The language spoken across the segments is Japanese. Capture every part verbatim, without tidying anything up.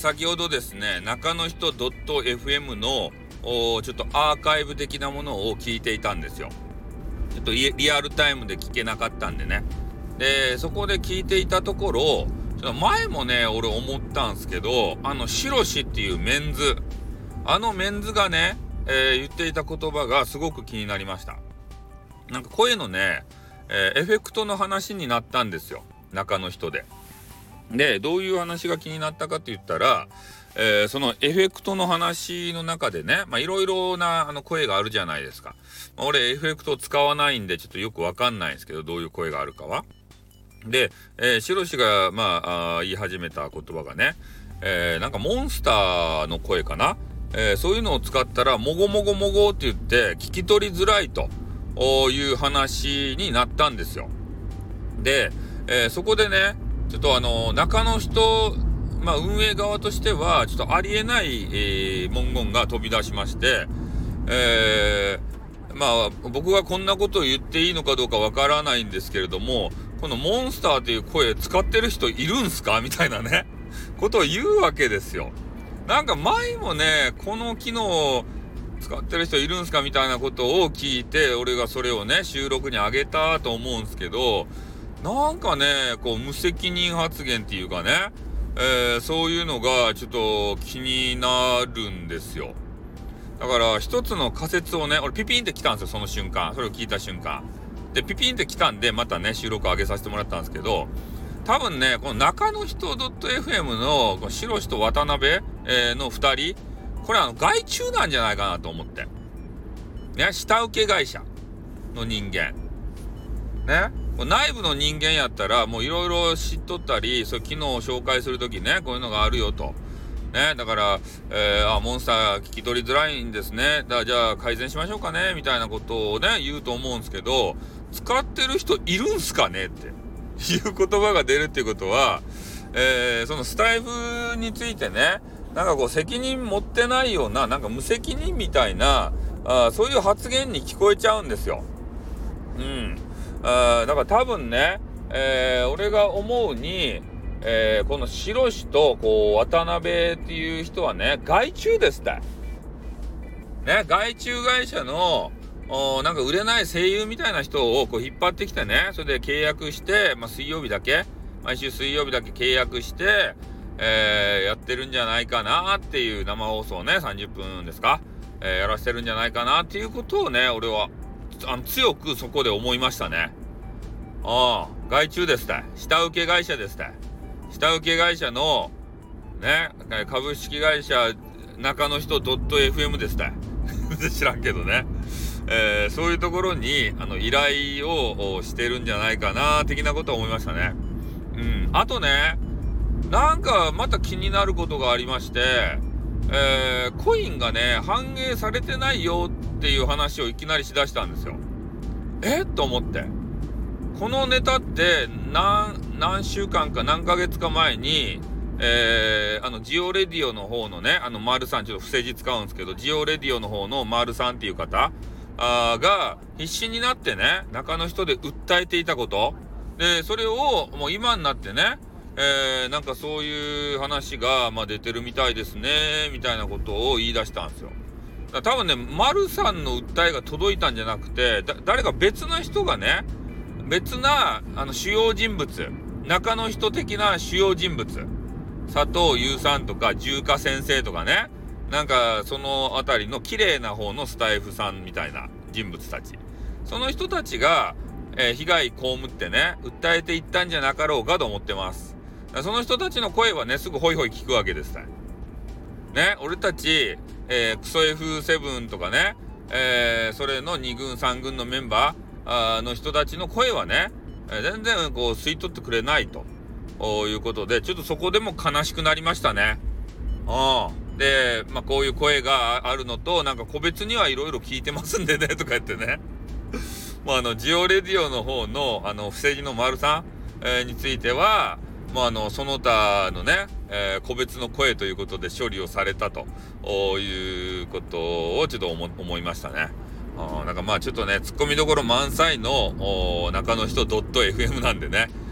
先ほどですね、中の人 .fm のちょっとアーカイブ的なものを聞いていたんですよ。ちょっとリアルタイムで聞けなかったんでね。で、そこで聞いていたところ、ちょっと前もね、俺思ったんですけど、あの、シロシっていうメンズ、あのメンズがね、えー、言っていた言葉がすごく気になりました。なんか声のね、えー、エフェクトの話になったんですよ。中の人で。で、どういう話が気になったかって言ったら、えー、そのエフェクトの話の中でね、まあいろいろなあの声があるじゃないですか。まあ、俺エフェクト使わないんでちょっとよくわかんないんですけど、どういう声があるかは。で、えー、シロシがまあ、あ言い始めた言葉がね、えー、なんかモンスターの声かな、えー、そういうのを使ったらもごもごもごって言って聞き取りづらいという話になったんですよ。で、えー、そこでね、ちょっとあの中の人、まあ運営側としてはちょっとありえない、えー、文言が飛び出しまして、えー、まあ僕がこんなことを言っていいのかどうかわからないんですけれども、このモンスターという声使ってる人いるんすかみたいなねことを言うわけですよ。なんか前もね、この機能使ってる人いるんすかみたいなことを聞いて、俺がそれをね収録に上げたと思うんですけど、なんかねこう無責任発言っていうかね、えー、そういうのがちょっと気になるんですよ。だから一つの仮説をね、俺ピピンって来たんですよ、その瞬間。それを聞いた瞬間でピピンって来たんで、またね収録上げさせてもらったんですけど、多分ねこの中の人 .fm のこのシロシと渡辺、えー、のふたり、これはあの外注なんじゃないかなと思ってね、下請け会社の人間ね、内部の人間やったらもういろいろ知っとったり、そういう機能を紹介するときね、こういうのがあるよとね、だから、えー、あモンスター聞き取りづらいんですね、だからじゃあ改善しましょうかねみたいなことをね言うと思うんですけど、使ってる人いるんすかねっていう言葉が出るっていうことは、えー、そのスタイフについてね、なんかこう責任持ってないような、なんか無責任みたいな、あそういう発言に聞こえちゃうんですよ。うん。あだから多分ね、えー、俺が思うに、えー、このシロシとこう渡辺っていう人はね、外注ですってね、外注会社のなんか売れない声優みたいな人をこう引っ張ってきてね、それで契約して、まあ、水曜日だけ毎週水曜日だけ契約して、えー、やってるんじゃないかなっていう、生放送ねさんじゅっぷんですか、えー、やらせてるんじゃないかなっていうことをね、俺はあの強くそこで思いましたね。ああ、外注ですって下請け会社ですって下請け会社のね、株式会社中の人 .fm ですって知らんけどね、えー、そういうところにあの依頼をしてるんじゃないかな的なことは思いましたね。うん。あとね、なんかまた気になることがありまして、えー、コインがね反映されてないよっていう話をいきなりしだしたんですよ。えっと思って、このネタって何何週間か何ヶ月か前に、えー、あのジオレディオの方のね、あの丸さん、ちょっと不正字使うんですけど、ジオレディオの方の丸さんっていう方あが必死になってね、中の人で訴えていたことで、それをもう今になってね、えー、なんかそういう話が、まあ、出てるみたいですねみたいなことを言い出したんですよ。だから多分ね、丸さんの訴えが届いたんじゃなくて、だ誰か別な人がね、別なあの主要人物、中の人的な主要人物、佐藤優さんとか重華先生とかね、なんかそのあたりの綺麗な方のスタイフさんみたいな人物たち、その人たちが、えー、被害被ってね訴えていったんじゃなかろうかと思ってます。その人たちの声はねすぐホイホイ聞くわけですね。俺たち、えー、クソ エフセブン とかね、えー、それのに軍さん軍のメンバーの人たちの声はね、えー、全然こう吸い取ってくれないということで、ちょっとそこでも悲しくなりましたね。うん。で、まあこういう声があるのと、なんか個別にはいろいろ聞いてますんでねとか言ってねまああのジオレディオの方のあの不正字の丸さん、えー、についてはまああのその他のね、えー、個別の声ということで処理をされたということをちょっと 思, 思いましたね。あなんかまあちょっとねツッコミどころ満載の中の人 .fm なんでね、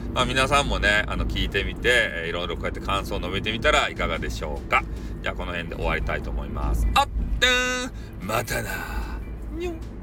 まあ、皆さんもね、あの、聞いてみて、えー、いろいろこうやって感想を述べてみたらいかがでしょうか。じゃあ、この辺で終わりたいと思います。あってーん、またなー。にょん。